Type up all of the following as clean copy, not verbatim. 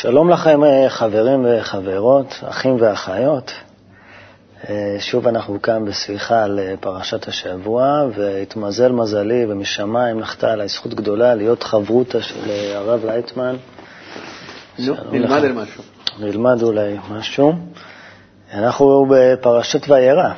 שלום לכם חברים וחברות, אחים ואחיות. שוב אנחנו כאן בשיחה על פרשת השבוע, והתמזל מזלי ומשמיים נחתה עליי זכות גדולה להיות חברותה של הרב לייטמן. נלמד על משהו. נלמד אולי משהו. אנחנו בפרשת וירא.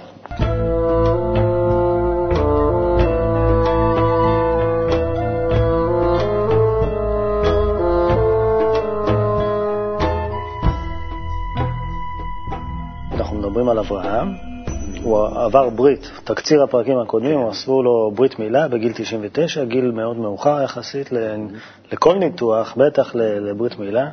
על אברהם, הוא עבר ברית, תקציר הפרקים הקודמים, הוא עשו לו ברית מילה בגיל 99, גיל מאוד מאוחר יחסית לכל ניתוח, בטח לברית מילה.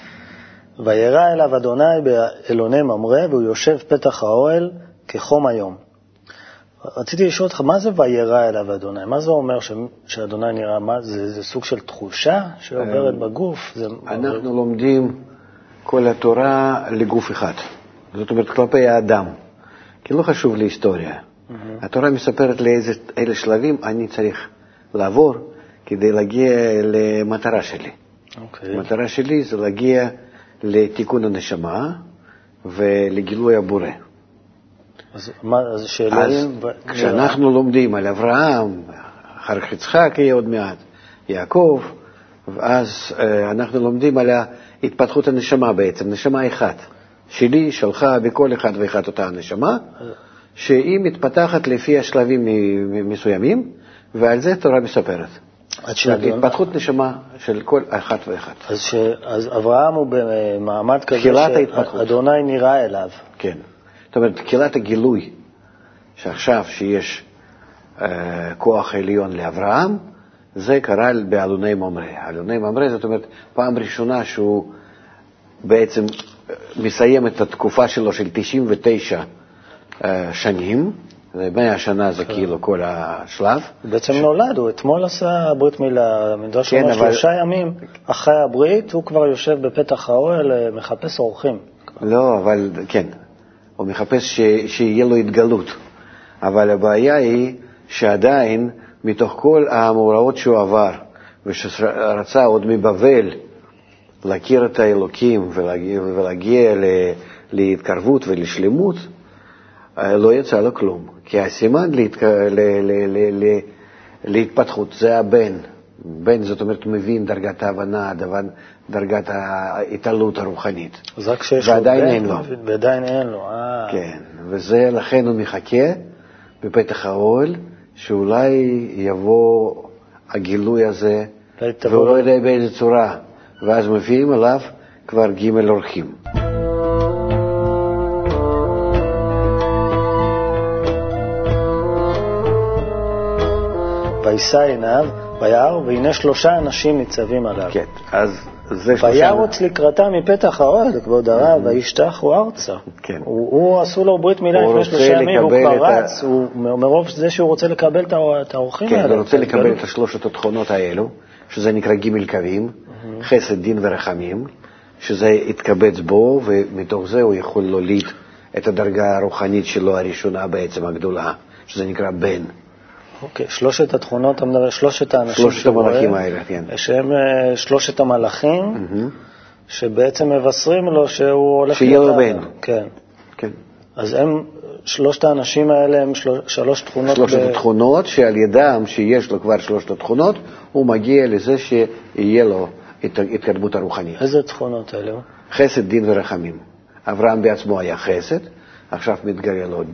וירא אליו אדוני באלוני ממרא, והוא יושב פתח האוהל כחום היום. רציתי לשאול אותך, מה זה וירא אליו אדוני? מה זה אומר שאדוני נראה? זה סוג של תחושה שעוברת בגוף? אנחנו לומדים כל התורה לגוף אחד. זאת אומרת, כלפי האדם, כי לא חשוב לי היסטוריה. התורה מספרת לאיזה שלבים אני צריך לעבור כדי להגיע למטרה שלי. המטרה שלי זה להגיע לתיקון הנשמה ולגילוי הבורא. אז שאלוהים... כשאנחנו לומדים על אברהם, אחר כך יצחק יהיה עוד מעט, יעקב, אז אנחנו לומדים על התפתחות הנשמה בעצם, נשמה אחת. שלי, שלך, בכל אחד ואחד אותה הנשמה, שהיא מתפתחת לפי השלבים מסוימים, ועל זה תורה מספרת. התפתחות נשמה של כל אחד ואחד. אז אברהם הוא במעמד כזה שאדוני נראה אליו. כן. זאת אומרת, תחילת הגילוי, שעכשיו שיש כוח עליון לאברהם, זה קרה באלוני ממרא. אלוני ממרא, זאת אומרת, פעם ראשונה שהוא בעצם מסיים את התקופה שלו של 99 שנים, 100 שנה זה כאילו כל השלב. בעצם נולד, הוא אתמול עשה ברית מילה, מדרש אומר 3 ימים אחרי הברית, הוא כבר יושב בפתח האוהל, מחפש אורחים. לא, אבל כן, הוא מחפש שיהיה לו התגלות. אבל הבעיה היא שעדיין, מתוך כל המאורעות שהוא עבר, ושרצה עוד מבבל, להכיר את האלוקים ולהגיע להתקרבות ולשלמות, לא יצא לו כלום. כי הסימן להתפתחות זה הבן. בן זאת אומרת מבין דרגת ההבנה, דרגת ההתעלות הרוחנית. ועדיין אין לו. ועדיין אין לו. כן, וזה לכן הוא מחכה בפתח האוהל, שאולי יבוא הגילוי הזה, והוא לא יודע באיזה צורה. ואז מביאים עליו כבר ג' אורחים. וישא עיניו, וירא, והנה 3 אנשים ניצבים עליו. כן, אז זה 3. וירוץ לקראתם מפתח האוהל, כבוד הרב, וישתחו ארצה. כן. הוא עשו לו ברית מילה לפני 3 ימים, הוא כבר רץ, מרוב זה שהוא רוצה לקבל את האורחים האלה. כן, הוא רוצה לקבל את 3 התכונות האלו, שזה נקרא ג' קווים, חסד, דין ורחמים, שזה יתקבץ בו, ומתוך זה הוא יכול להוליד את הדרגה הרוחנית שלו הראשונה בעצם הגדולה, שזה נקרא בן. אוקיי, 3 התכונות, אתה מדבר 3 האנשים 3 המלאכים האלה, כן. שהם 3 המלאכים, שבעצם מבשרים לו שהוא הולך... שיהיה לו בן. כן. כן. אז הם, 3 האנשים האלה הם 3 תכונות... 3 התכונות, שעל ידם שיש לו כבר 3 התכונות, הוא מגיע לזה שיהיה לו את התקדמות הרוחנית. איזה תכונות האלה? חסד, דין ורחמים. אברהם בעצמו היה חסד, עכשיו מתגלה לו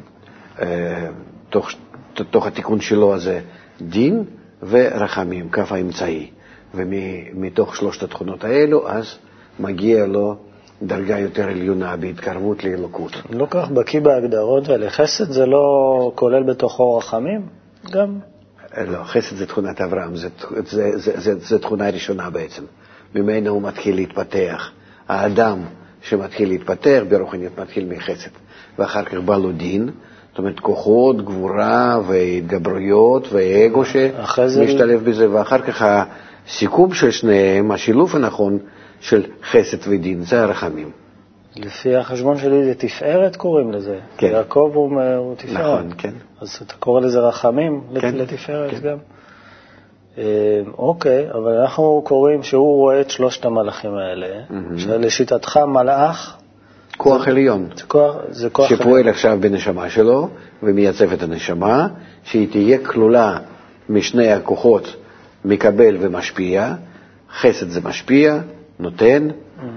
תוך התיקון שלו הזה דין ורחמים, כף האמצעי. ומתוך 3 התכונות האלו, אז מגיע לו דרגה יותר עליונה בהתקרבות לאלוקות. לא כך בקיא בהגדרות האלה. חסד זה לא כולל בתוכו רחמים? גם? לא, חסד זה תכונת אברהם, זה תכונה ראשונה בעצם. ממנו הוא מתחיל להתפתח. האדם שמתחיל להתפתח ברוחניות מתחיל מחסד. ואחר כך בא לו דין, זאת אומרת כוחות, גבורה והתגברויות ואגו שמשתלב בזה. ואחר כך הסיכום של שניהם, השילוב הנכון של חסד ודין, זה הרחמים. לפי החשבון שלי זה תפארת קוראים לזה. כן. יעקב הוא תפארת. נכון, כן. אז אתה קורא לזה רחמים, כן. לתפארת כן. גם. אוקיי, אבל אנחנו קוראים שהוא רואה את שלושת המלאכים האלה, שלשיטתך מלאך, כוח עליון, זה כוח שפועל עכשיו בנשמה שלו ומייצב את הנשמה, שהיא תהיה כלולה משני הכוחות, מקבל ומשפיע. חסד זה משפיע, נותן,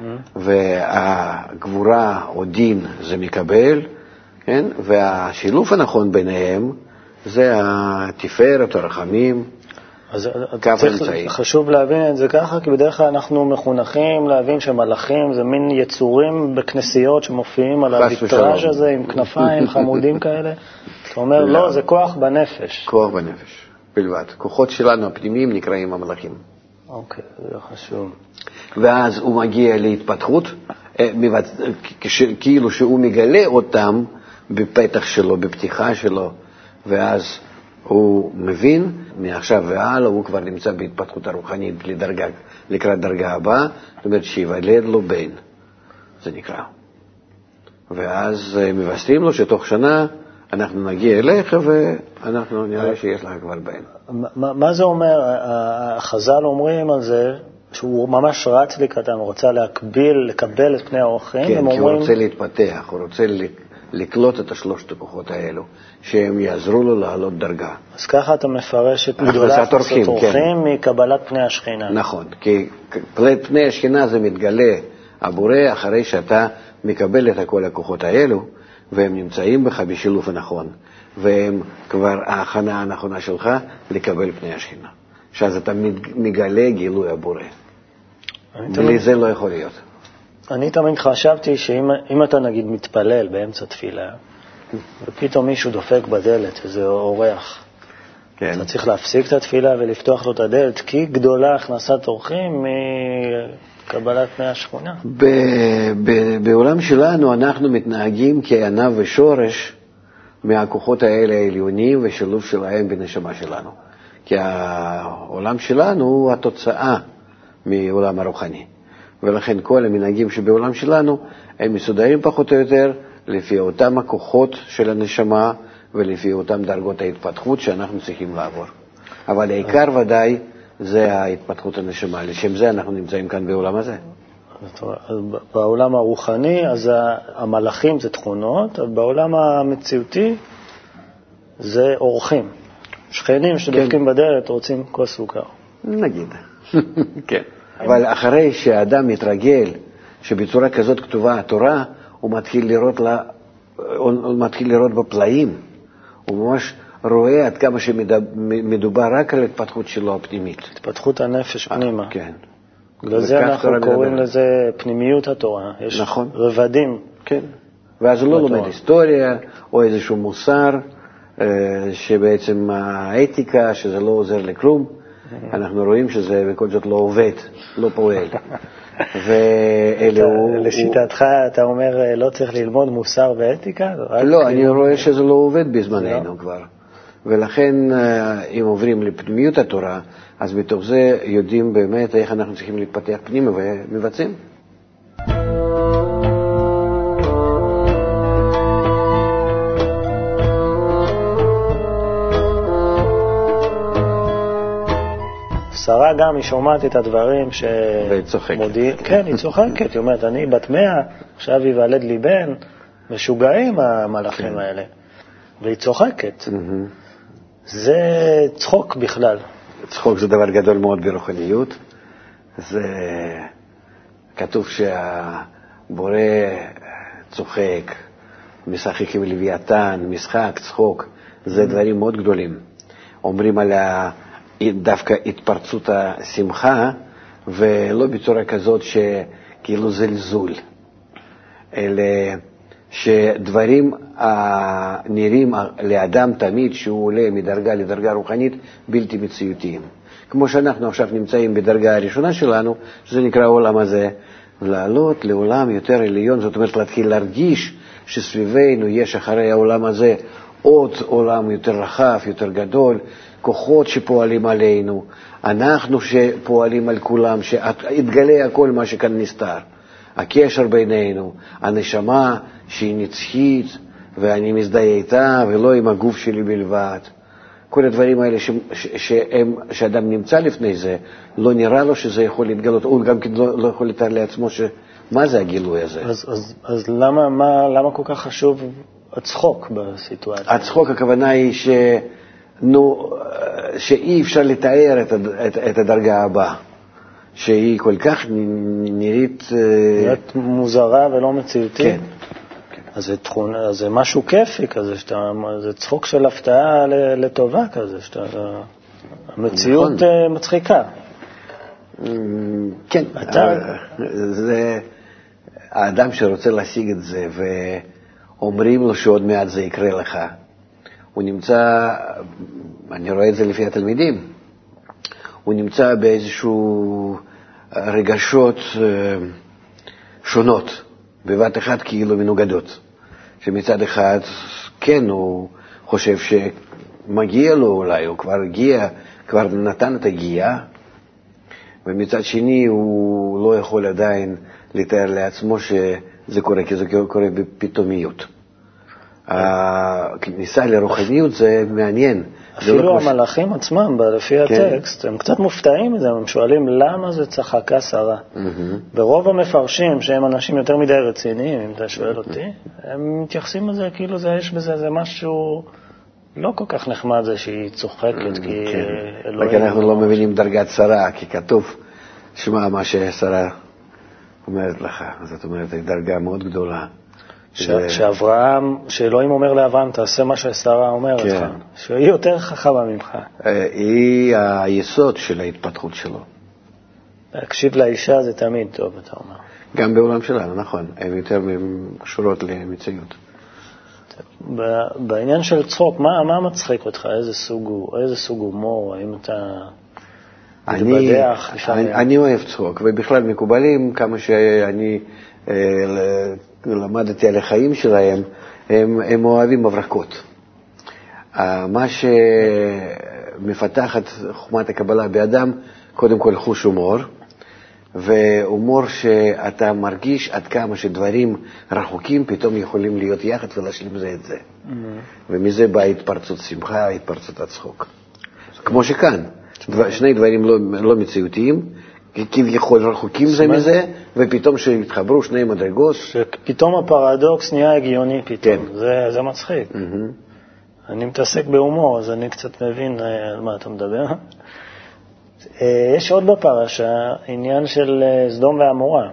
והגבורה או דין זה מקבל, כן? והשילוב הנכון ביניהם זה התפארת, הרחמים, אז חשוב להבין את זה ככה, כי בדרך כלל אנחנו מחונכים להבין שמלאכים זה מין יצורים בכנסיות שמופיעים על הוויטראז' הזה עם כנפיים חמודים כאלה. אתה אומר, לא, זה כוח בנפש. כוח בנפש, בלבד. כוחות שלנו הפנימיים נקראים המלאכים. אוקיי, זה חשוב. ואז הוא מגיע להתפתחות, כאילו שהוא מגלה אותם בפתח שלו, בפתיחה שלו, ואז הוא מבין, מעכשיו והלאה הוא כבר נמצא בהתפתחות הרוחנית לקראת דרגה הבאה, זאת אומרת שיוולד לו בן, זה נקרא. ואז מבשרים לו שתוך שנה אנחנו נגיע אליך ואנחנו נראה שיש לך כבר בן. מה זה אומר? החז"ל אומרים על זה שהוא ממש רץ לקראתם, הוא רוצה לקבל את פני האורחים. כן, כי הוא רוצה להתפתח, הוא רוצה לקלוט את השלושת הכוחות האלו, שהם יעזרו לו לעלות דרגה. אז ככה אתה מפרש את גדולת הכנסת אורחים מקבלת פני השכינה. נכון, כי פני השכינה זה מתגלה הבורא אחרי שאתה מקבל את כל הכוחות האלו, והם נמצאים בך בשילוב הנכון, והם כבר ההכנה הנכונה שלך לקבל פני השכינה. שאז אתה מגלה גילוי הבורא. בלי זה לא יכול להיות. אני תמיד חשבתי שאם אתה נגיד מתפלל באמצע תפילה, ופתאום מישהו דופק בדלת, איזה אורח, כן. אתה צריך להפסיק את התפילה ולפתוח לו את הדלת, כי גדולה הכנסת אורחים מקבלת פני השכונה. בעולם שלנו אנחנו מתנהגים כענב ושורש מהכוחות האלה העליונים ושילוב שלהם בנשמה שלנו. כי העולם שלנו הוא התוצאה מעולם הרוחני. ולכן כל המנהגים שבעולם שלנו הם מסודרים פחות או יותר לפי אותם הכוחות של הנשמה ולפי אותם דרגות ההתפתחות שאנחנו צריכים לעבור. אבל העיקר ודאי זה ההתפתחות הנשמה, לשם זה אנחנו נמצאים כאן בעולם הזה. בעולם הרוחני אז המלאכים זה תכונות, בעולם המציאותי זה אורחים. שכנים שדופקים בדלת רוצים כוס סוכר. נגיד, כן. אבל אחרי שהאדם מתרגל שבצורה כזאת כתובה התורה, הוא מתחיל לראות בפלאים. הוא ממש רואה עד כמה שמדובר רק על התפתחות שלו הפנימית. התפתחות הנפש פנימה. כן. בגלל זה אנחנו קוראים לזה פנימיות התורה. יש נכון. רבדים. כן. ואז הוא לא לומד היסטוריה או איזשהו מוסר, שבעצם האתיקה, שזה לא עוזר לכלום. אנחנו רואים שזה בכל זאת לא עובד, לא פועל. לשיטתך אתה אומר לא צריך ללמוד מוסר ואתיקה? לא, אני רואה שזה לא עובד בזמננו כבר. ולכן אם עוברים לפנימיות התורה, אז מתוך זה יודעים באמת איך אנחנו צריכים להתפתח פנימה ומבצעים. שרה גם, היא שומעת את הדברים ש... והיא צוחקת. כן, היא צוחקת. היא אומרת, אני בת 100, עכשיו ייוולד לי בן, משוגעים המלאכים האלה. והיא צוחקת. זה צחוק בכלל. צחוק זה דבר גדול מאוד ברוחניות. זה כתוב שהבורא צוחק, משחק עם לוויתן, משחק, צחוק, זה דברים מאוד גדולים. אומרים על דווקא התפרצות השמחה, ולא בצורה כזאת שכאילו זלזול, אלא שדברים נראים לאדם תמיד שהוא עולה מדרגה לדרגה רוחנית בלתי מציאותיים. כמו שאנחנו עכשיו נמצאים בדרגה הראשונה שלנו, שזה נקרא העולם הזה, לעלות לעולם יותר עליון, זאת אומרת להתחיל להרגיש שסביבנו יש אחרי העולם הזה עוד עולם יותר רחב, יותר גדול, כוחות שפועלים עלינו, אנחנו שפועלים על כולם, שהתגלה הכל מה שכאן נסתר. הקשר בינינו, הנשמה שהיא נצחית, ואני מזדהה איתה, ולא עם הגוף שלי בלבד. כל הדברים האלה שאדם נמצא לפני זה, לא נראה לו שזה יכול להתגלות, הוא גם כן לא יכול לתאר לעצמו מה זה הגילוי הזה. אז למה כל כך חשוב הצחוק בסיטואציה? הצחוק, הכוונה היא שאי אפשר לתאר את הדרגה הבאה, שהיא כל כך נראית מוזרה ולא מציאותית. כן. אז זה משהו כיפי כזה, זה צחוק של הפתעה לטובה כזה, המציאות מצחיקה. כן, זה האדם שרוצה להשיג את זה ואומרים לו שעוד מעט זה יקרה לך, הוא נמצא, אני רואה את זה לפי התלמידים, הוא נמצא באיזשהו רגשות שונות, בבת אחת כאילו מנוגדות, שמצד אחד כן הוא חושב שמגיע לו, אולי הוא כבר הגיע, כבר נתן את הגיעה, ומצד שני הוא לא יכול עדיין לתאר לעצמו שזה קורה, כי זה קורה בפתאומיות. הכניסה לרוחניות זה מעניין. אפילו המלאכים עצמם, לפי הטקסט, הם קצת מופתעים מזה, הם שואלים למה זה צחקה שרה. ברוב המפרשים, שהם אנשים יותר מדי רציניים, אם אתה שואל אותי, הם מתייחסים לזה כאילו יש בזה זה משהו לא כל כך נחמד, זה שהיא צוחקת, כי אלוהים... רק אנחנו לא מבינים דרגת שרה, כי כתוב, שמע מה ששרה אומרת לך, זאת אומרת, היא דרגה מאוד גדולה. שאלוהים אומר לאברהם, תעשה מה ששרה אומרת לך, שהיא יותר חכמה ממך. היא היסוד של ההתפתחות שלו. להקשיב לאישה זה תמיד טוב, אתה אומר. גם בעולם שלנו, נכון, הן יותר קשורות למציאות. בעניין של צחוק, מה מצחיק אותך? איזה סוג הומור? האם אתה מתבדח? אני אוהב צחוק, ובכלל מקובלים, כמה שאני למדתי על החיים שלהם, הם אוהבים הברקות. מה שמפתחת חוכמת הקבלה באדם, קודם כל חוש הומור, והומור שאתה מרגיש עד כמה שדברים רחוקים פתאום יכולים להיות יחד ולהשלים זה את זה. ומזה באה התפרצות שמחה, התפרצות הצחוק. כמו שכאן, שני דברים לא מציאותיים, כביכול רחוקים זה מזה, ופתאום שהתחברו שני מדרגות. שפתאום הפרדוקס נהיה הגיוני פתאום, זה מצחיק. אני מתעסק בהומור, אז אני קצת מבין על מה אתה מדבר. יש עוד בפרשה עניין של סדום ועמורה.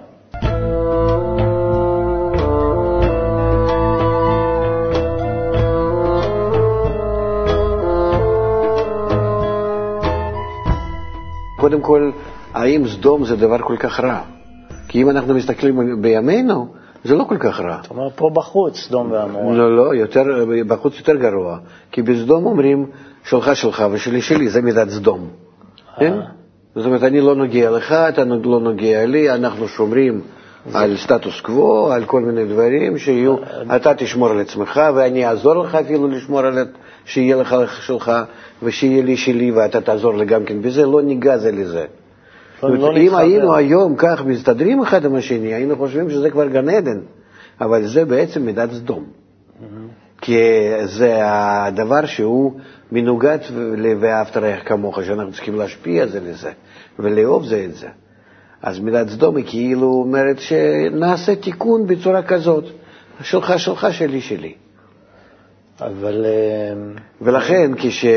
קודם כל, האם סדום זה דבר כל כך רע? כי אם אנחנו מסתכלים בימינו, זה לא כל כך רע. זאת אומרת, פה בחוץ סדום ועמורה. לא, בחוץ יותר גרוע. כי בסדום אומרים, שלך ושלי שלי, זה מידת סדום. זאת אומרת, אני לא נוגע לך, אתה לא נוגע לי, אנחנו שומרים על סטטוס קוו, על כל מיני דברים שיהיו, אתה תשמור על עצמך, ואני אעזור לך אפילו לשמור על שיהיה לך שלך, ושיהיה לי שלי, ואתה תעזור לי גם כן בזה, לא ניגע זה לזה. אם היינו היום כך מסתדרים אחד עם השני, היינו חושבים שזה כבר גן עדן, אבל זה בעצם מידת סדום. כי זה הדבר שהוא מנוגד ואהבת רעך כמוך, שאנחנו צריכים להשפיע זה לזה, ולאהוב זה את זה. אז מידת סדום היא כאילו אומרת שנעשה תיקון בצורה כזאת, שלך, שלי, שלי. אבל... ולכן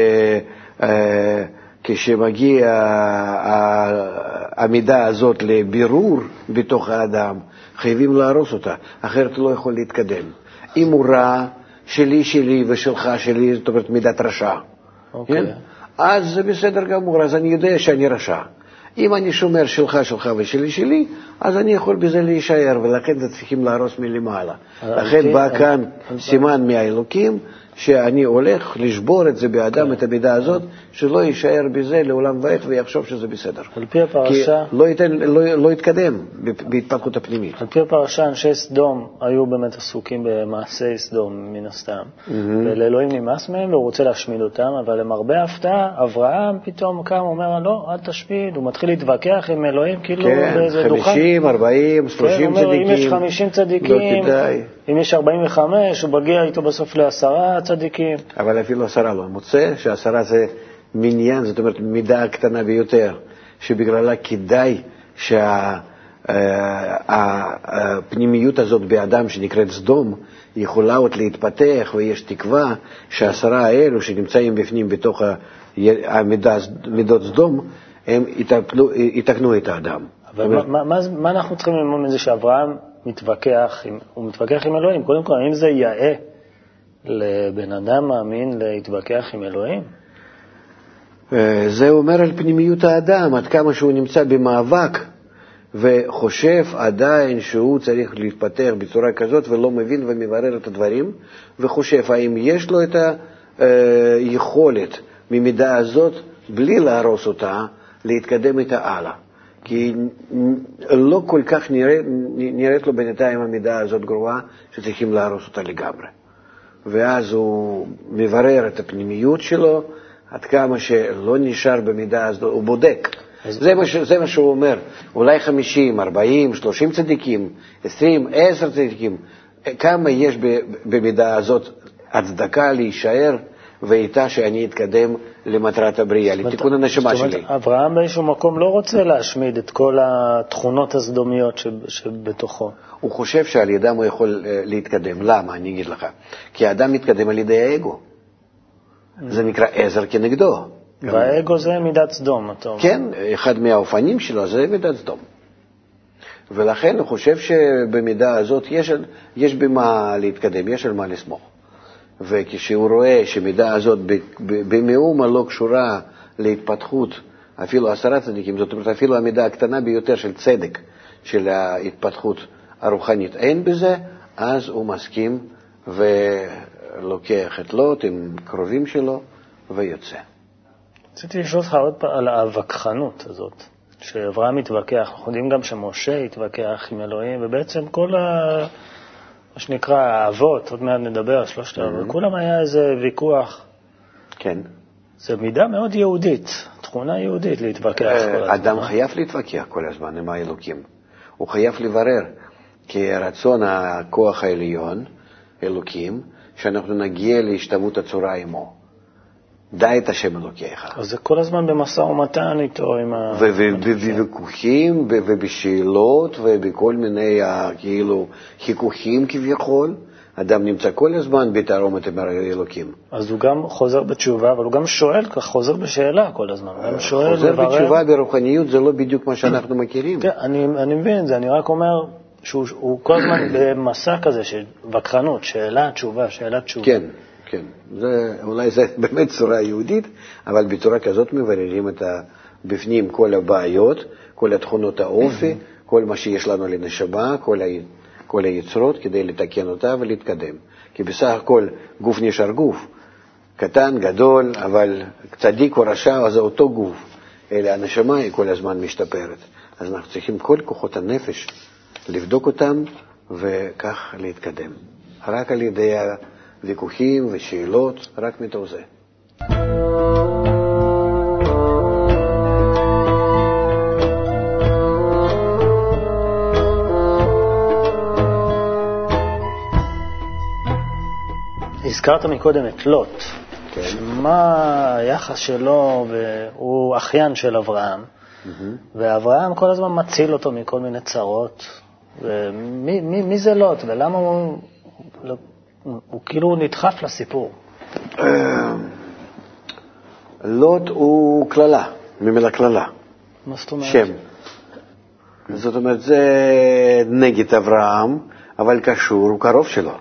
כשמגיע המידה הזאת לבירור בתוך האדם, חייבים להרוס אותה, אחרת לא יכול להתקדם. אם הוא רע, שלי ושלך שלי, זאת אומרת מידת רשע. כן? אז זה בסדר גמור, אז אני יודע שאני רשע. אם אני שומר שלך ושלי, אז אני יכול בזה להישאר, ולכן זה צריכים להרוס מלמעלה. לכן בא כאן סימן מהאלוקים, שאני הולך לשבור את זה באדם, את המידה הזאת, שלא יישאר בזה לעולם ועד ויחשוב שזה בסדר. על פי הפרשה... כי לא יתקדם בהתפתחות הפנימית. על פי הפרשה, אנשי סדום היו באמת עסוקים במעשי סדום מן הסתם. ולאלוהים נמאס מהם והוא רוצה להשמיד אותם, אבל למרבה ההפתעה, אברהם פתאום קם, אומר, לא, אל תשמיד. הוא מתחיל להתווכח עם אלוהים, כאילו באיזה דוכן. 50, 40, 30 צדיקים. אם יש 50 צדיקים, לא כדאי. אם יש 45, הוא מגיע איתו בסוף ל10 צדיקים. אבל אפילו 10 לא מוצא, ש10 זה מניין, זאת אומרת מידה קטנה ביותר, שבגללה כדאי שהפנימיות הזאת באדם שנקראת סדום יכולה עוד להתפתח, ויש תקווה ש10 האלו שנמצאים בפנים בתוך מידות סדום, הם יתקנו את האדם. אבל מה אנחנו צריכים ללמוד מזה שאברהם מתווכח, הוא מתווכח עם אלוהים? קודם כל, האם זה יאה לבן אדם מאמין להתווכח עם אלוהים? זה אומר על פנימיות האדם, עד כמה שהוא נמצא במאבק וחושב עדיין שהוא צריך להתפתח בצורה כזאת ולא מבין ומברר את הדברים, וחושב האם יש לו את היכולת ממידה הזאת בלי להרוס אותה להתקדם איתה הלאה. כי לא כל כך נראית לו בינתיים המידה הזאת גרועה שצריכים להרוס אותה לגמרי. ואז הוא מברר את הפנימיות שלו, עד כמה שלא נשאר במידה הזאת, הוא בודק. זה מה שהוא אומר. אולי 50, 40, 30 צדיקים, 20, 10 צדיקים, כמה יש במידה הזאת הצדקה להישאר, ואיתה שאני אתקדם למטרת הבריאה, לתיקון הנשמה שלי. זאת אומרת, אברהם באיזשהו מקום לא רוצה להשמיד את כל התכונות הסדומיות שבתוכו. הוא חושב שעל ידם הוא יכול להתקדם. למה? אני אגיד לך. כי האדם מתקדם על ידי האגו. זה נקרא עזר כנגדו. והאגו זה מידת סדום, אתה אומר. כן, אחד מהאופנים שלו זה מידת סדום. ולכן הוא חושב שבמידה הזאת יש במה להתקדם, יש על מה לסמוך. וכשהוא רואה שמידה הזאת במאומה לא קשורה להתפתחות אפילו 10 צדיקים, זאת אומרת אפילו המידה הקטנה ביותר של צדק, של ההתפתחות הרוחנית אין בזה, אז הוא מסכים ולוקח את לוט עם קרובים שלו ויוצא. רציתי לשאול אותך עוד פעם על הווכחנות הזאת, שאברהם מתווכח, אנחנו יודעים גם שמשה התווכח עם אלוהים, ובעצם כל מה שנקרא האבות, עוד מעט נדבר, 3 האבות, כולם היה איזה ויכוח. כן. זה מידה מאוד יהודית, תכונה יהודית להתווכח כל הזמן. אדם חייב להתווכח כל הזמן עם האלוקים. הוא חייב לברר, כי רצון הכוח העליון, אלוקים, שאנחנו נגיע להשתוות הצורה עמו. דע את השם אלוקיך. אז זה כל הזמן במשא ומתן איתו עם ובוויכוחים ובשאלות ובכל מיני כאילו חיכוכים כביכול. אדם נמצא כל הזמן בתערומת עם אלוקים. אז הוא גם חוזר בתשובה, אבל הוא גם שואל, חוזר בשאלה כל הזמן. חוזר בתשובה ברוחניות זה לא בדיוק מה שאנחנו מכירים. כן, אני מבין זה, אני רק אומר שהוא כל הזמן במסע כזה של וכחנות, שאלה, תשובה, שאלה, תשובה. כן. כן, אולי זה באמת צורה יהודית, אבל בצורה כזאת מבררים את בפנים כל הבעיות, כל התכונות האופי, כל מה שיש לנו לנשמה, כל היצרות, כדי לתקן אותה ולהתקדם. כי בסך הכל גוף נשאר גוף, קטן, גדול, אבל צדיק או רשע, זה אותו גוף. אלא הנשמה היא כל הזמן משתפרת. אז אנחנו צריכים כל כוחות הנפש לבדוק אותם וכך להתקדם. רק על ידי ויכוחים ושאלות, רק מתוך זה. הזכרת מקודם את לוט. כן. מה היחס שלו, הוא אחיין של אברהם, ואברהם כל הזמן מציל אותו מכל מיני צרות. מי זה לוט ולמה הוא כאילו נדחף לסיפור? לוט הוא כללה, ממילא כללה. מה זאת אומרת? שם. זאת אומרת, זה נגד אברהם, אבל קשור, הוא קרוב שלו.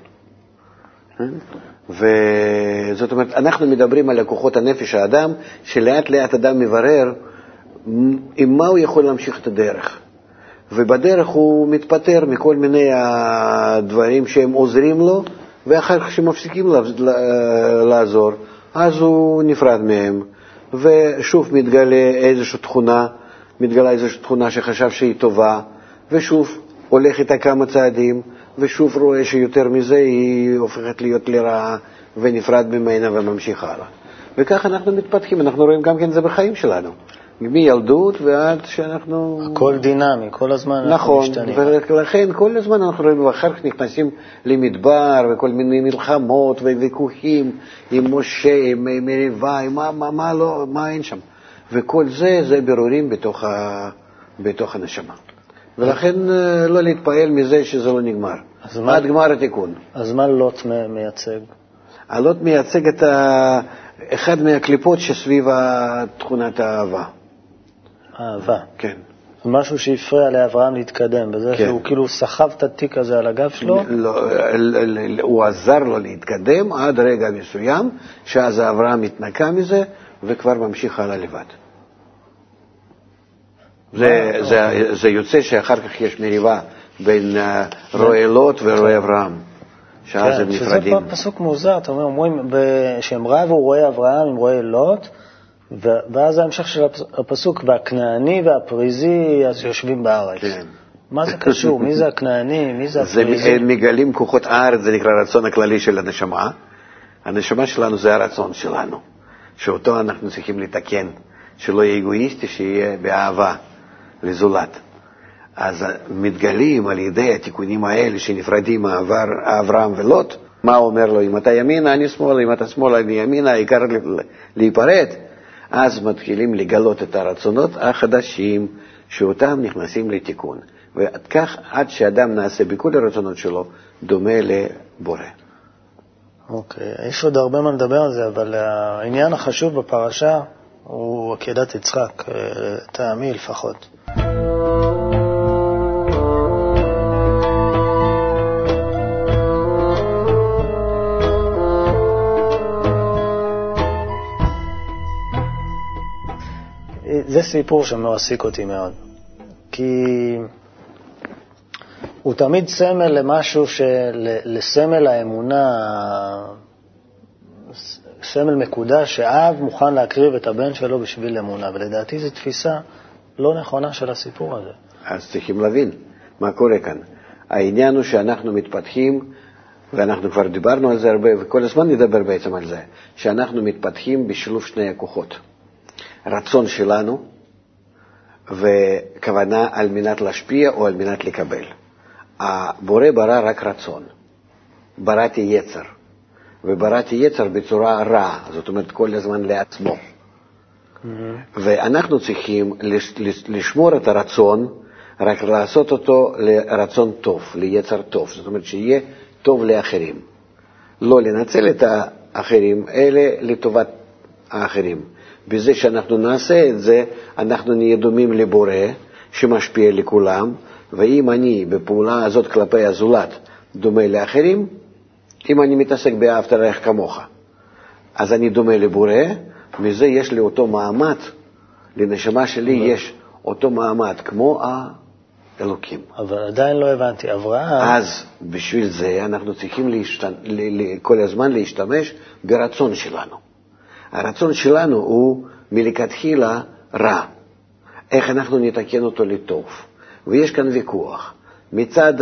וזאת אומרת, אנחנו מדברים על כוחות הנפש האדם, שלאט לאט אדם מברר עם מה הוא יכול להמשיך את הדרך. ובדרך הוא מתפטר מכל מיני הדברים שהם עוזרים לו, ואחר כך שמפסיקים לעזור, אז הוא נפרד מהם, ושוב מתגלה איזושהי תכונה שחשב שהיא טובה, ושוב הולך איתה כמה צעדים, ושוב רואה שיותר מזה היא הופכת להיות לרעה, ונפרד ממנה וממשיך הלאה. וכך אנחנו מתפתחים, אנחנו רואים גם כן זה בחיים שלנו. מילדות ועד שאנחנו... הכל דינמי, כל הזמן אנחנו נכון, משתנים. ולכן כל הזמן אנחנו רואים, ואחר כך נכנסים למדבר וכל מיני מלחמות וויכוחים עם משה, עם מריבה, עם מה אין שם. וכל זה, זה בירורים בתוך הנשמה. ולכן לא להתפעל מזה שזה לא נגמר. עד גמר התיקון. אז מה לוט מייצג? הלוט מייצג את אחד מהקליפות שסביב תכונת האהבה. אהבה. כן. משהו שהפריע לאברהם להתקדם, בזה כן. שהוא כאילו סחב את התיק הזה על הגב שלו? לא, הוא עזר לו להתקדם עד רגע מסוים, שאז אברהם התנקה מזה, וכבר ממשיך הלאה לבד. זה יוצא שאחר כך יש מריבה בין רועי לוט ורועי אברהם, שאז הם נפרדים. שזה פסוק מוזר, אתם אומרים שהם רבו רועי אברהם עם רועי לוט, ואז ההמשך של הפסוק, והכנעני והפריזי יושבים בארץ. כן. מה זה קשור? מי זה הכנעני? מי זה הפריזי? הם מגלים כוחות הארץ, זה נקרא רצון הכללי של הנשמה. הנשמה שלנו זה הרצון שלנו, שאותו אנחנו צריכים לתקן, שלא יהיה אגואיסטי, שיהיה באהבה לזולת. אז מתגלים על ידי התיקונים האלה שנפרדים אברהם ולוט. מה אומר לו? אם אתה ימינה, אני שמאלה, אם אתה שמאלה, אני ימינה, העיקר להיפרד. אז מתחילים לגלות את הרצונות החדשים שאותם נכנסים לתיקון. ועד כך, עד שאדם נעשה בכל הרצונות שלו, דומה לבורא. אוקיי, יש עוד הרבה מה לדבר על זה, אבל העניין החשוב בפרשה הוא עקדת יצחק, טעמי לפחות. זה סיפור שמעסיק אותי מאוד, כי הוא תמיד סמל למשהו, לסמל האמונה, סמל מקודש, שאב מוכן להקריב את הבן שלו בשביל אמונה, ולדעתי זו תפיסה לא נכונה של הסיפור הזה. אז צריכים להבין מה קורה כאן. העניין הוא שאנחנו מתפתחים, ואנחנו כבר דיברנו על זה הרבה, וכל הזמן נדבר בעצם על זה, שאנחנו מתפתחים בשילוב שני הכוחות. רצון שלנו וכוונה על מנת להשפיע או על מנת לקבל. הבורא ברא רק רצון, בראתי יצר, ובראתי יצר בצורה רע, זאת אומרת כל הזמן לעצמו. ואנחנו צריכים לשמור את הרצון, רק לעשות אותו לרצון טוב, ליצר טוב, זאת אומרת שיהיה טוב לאחרים. לא לנצל את האחרים, אלא לטובת האחרים. בזה שאנחנו נעשה את זה, אנחנו נהיה דומים לבורא שמשפיע לכולם, ואם אני בפעולה הזאת כלפי הזולת דומה לאחרים, אם אני מתעסק באהבת רעך כמוך, אז אני דומה לבורא, מזה יש לי אותו מעמד, לנשמה שלי יש אותו מעמד כמו האלוקים. אבל עדיין לא הבנתי, אברהם... אז בשביל זה אנחנו צריכים כל הזמן להשתמש ברצון שלנו. הרצון שלנו הוא מלכתחילה רע. איך אנחנו נתקן אותו לטוב? ויש כאן ויכוח. מצד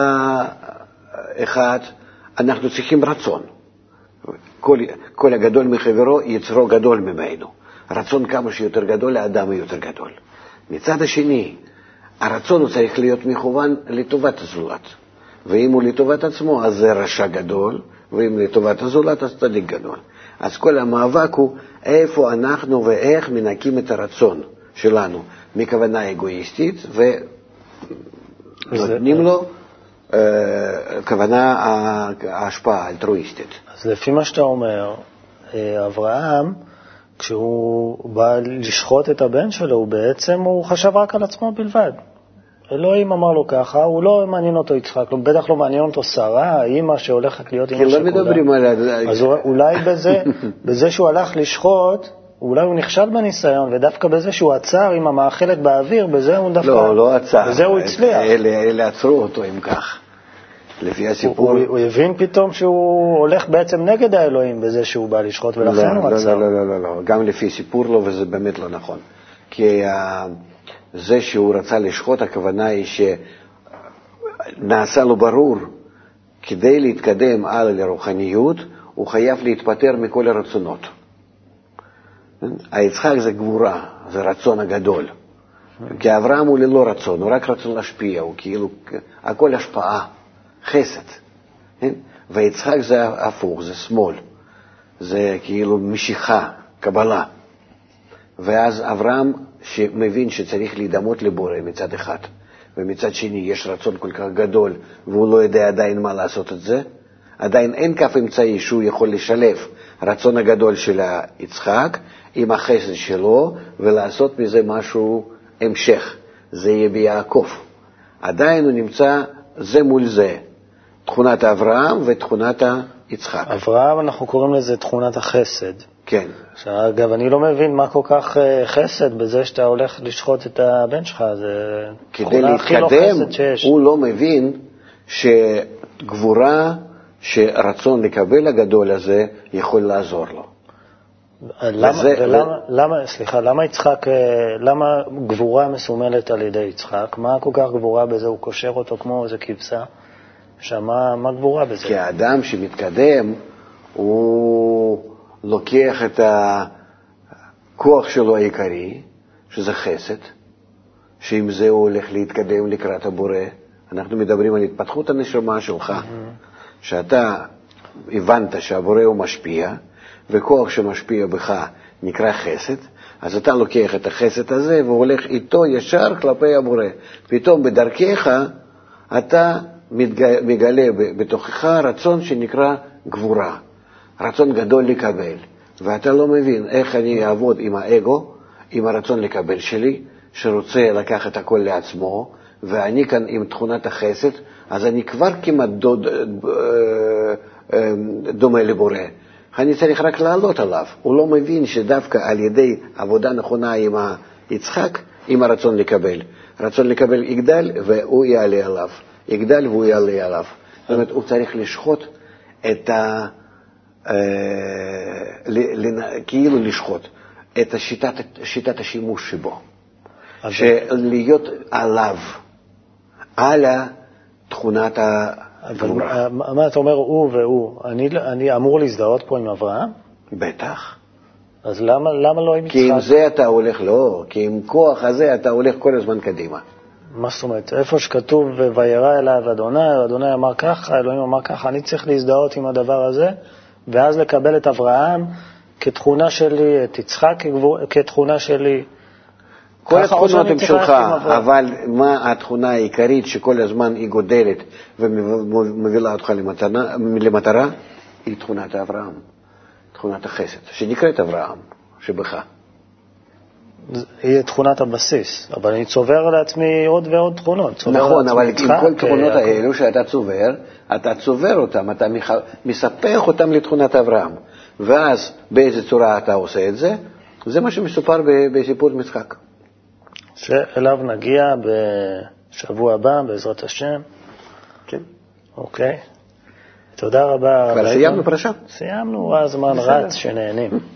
אחד אנחנו צריכים רצון. כל הגדול מחברו יצרו גדול ממנו. רצון כמה שיותר גדול לאדם יותר גדול. מצד השני, הרצון הוא צריך להיות מכוון לטובת הזולת. ואם הוא לטובת עצמו, אז זה רשע גדול, ואם לטובת הזולת, אז צדיק גדול. אז כל המאבק הוא איפה אנחנו ואיך מנקים את הרצון שלנו מכוונה אגואיסטית ונותנים לו כוונה ההשפעה אלטרואיסטית. אז לפי מה שאתה אומר, אברהם, כשהוא בא לשחוט את הבן שלו, הוא חשב רק על עצמו בלבד. אלוהים אמר לו ככה, הוא לא מעניין אותו יצחק, בטח לא מעניין אותו שרה, האמא שהולכת להיות אמא שכולה. לא מדברים עליה. אז אולי בזה שהוא הלך לשחוט, אולי הוא נכשל בניסיון, ודווקא בזה שהוא עצר עם המאכלת באוויר, בזה הוא דווקא... לא עצר. בזה הוא הצליח. אלה עצרו אותו אם כך. לפי הסיפור... הוא הבין פתאום שהוא הולך בעצם נגד האלוהים בזה שהוא בא לשחוט, ולכן הוא עצר. לא. גם לפי סיפור לא, וזה באמת לא נכון. כי זה שהוא רצה לשחוט, הכוונה היא שנעשה לו ברור, כדי להתקדם הלאה לרוחניות, הוא חייב להתפטר מכל הרצונות. היצחק זה גבורה, זה רצון הגדול. כי אברהם הוא ללא רצון, הוא רק רצון להשפיע, הוא כאילו, הכל השפעה, חסד. ויצחק זה הפוך, זה שמאל, זה כאילו משיכה, קבלה. ואז אברהם שמבין שצריך להידמות לבורא מצד אחד, ומצד שני יש רצון כל כך גדול, והוא לא יודע עדיין מה לעשות את זה, עדיין אין כף אמצעי שהוא יכול לשלב רצון הגדול של יצחק עם החסד שלו, ולעשות מזה משהו המשך, זה יהיה ביעקב. עדיין הוא נמצא זה מול זה, תכונת אברהם ותכונת יצחק. אברהם אנחנו קוראים לזה תכונת החסד. כן. אגב, אני לא מבין מה כל כך חסד בזה שאתה הולך לשחוט את הבן שלך, זה תכונה הכי לא חסד שיש. הוא לא מבין שגבורה, שרצון לקבל הגדול הזה יכול לעזור לו. למה יצחק, למה גבורה מסומלת על ידי יצחק? מה כל כך גבורה בזה? הוא קושר אותו כמו איזה כבשה. מה גבורה בזה? כי האדם שמתקדם, הוא לוקח את הכוח שלו העיקרי, שזה חסד, שעם זה הוא הולך להתקדם לקראת הבורא. אנחנו מדברים על התפתחות הנשמה שלך, שאתה הבנת שהבורא הוא משפיע, וכוח שמשפיע בך נקרא חסד, אז אתה לוקח את החסד הזה והולך איתו ישר כלפי הבורא. פתאום בדרכך אתה מגלה בתוכך רצון שנקרא גבורה, רצון גדול לקבל, ואתה לא מבין איך אני אעבוד עם האגו, עם הרצון לקבל שלי, שרוצה לקחת הכל לעצמו, ואני כאן עם תכונת החסד, אז אני כבר כמעט דומה לבורא. אני צריך רק לעלות עליו. הוא לא מבין שדווקא על ידי עבודה נכונה עם יצחק, עם הרצון לקבל. רצון לקבל יגדל והוא יעלה עליו. יגדל והוא יעלה עליו. זאת אומרת, הוא צריך לשחוט את כאילו לשחוט את שיטת השימוש שבו. שלהיות עליו, על תכונת הגבורה. מה אתה אומר הוא והוא? אני אמור להזדהות פה עם אברהם? בטח. אז למה לא עם יצחק? כי עם זה אתה הולך, לא, כי עם כוח הזה אתה הולך כל הזמן קדימה. מה זאת אומרת? איפה שכתוב וירא אליו אדוני אמר ככה, אלוהים אמר ככה, אני צריך להזדהות עם הדבר הזה, ואז לקבל את אברהם כתכונה שלי, את יצחק כתכונה שלי. כל התכונות הן שלך, אבל מה התכונה העיקרית שכל הזמן היא גודלת ומובילה אותך למטרה? היא תכונת אברהם, תכונת החסד, שנקראת אברהם, שבך. היא תכונת הבסיס, אבל אני צובר לעצמי עוד ועוד תכונות. נכון, אבל עם כל תכונות האלו שאתה צובר אותם, אתה מספח אותם לתכונת אברהם. ואז באיזה צורה אתה עושה את זה? זה מה שמסופר בסיפור משחק. שאליו נגיע בשבוע הבא, בעזרת השם. כן. אוקיי. תודה רבה. כבר סיימנו פרשה? סיימנו, הזמן רץ שנהנים.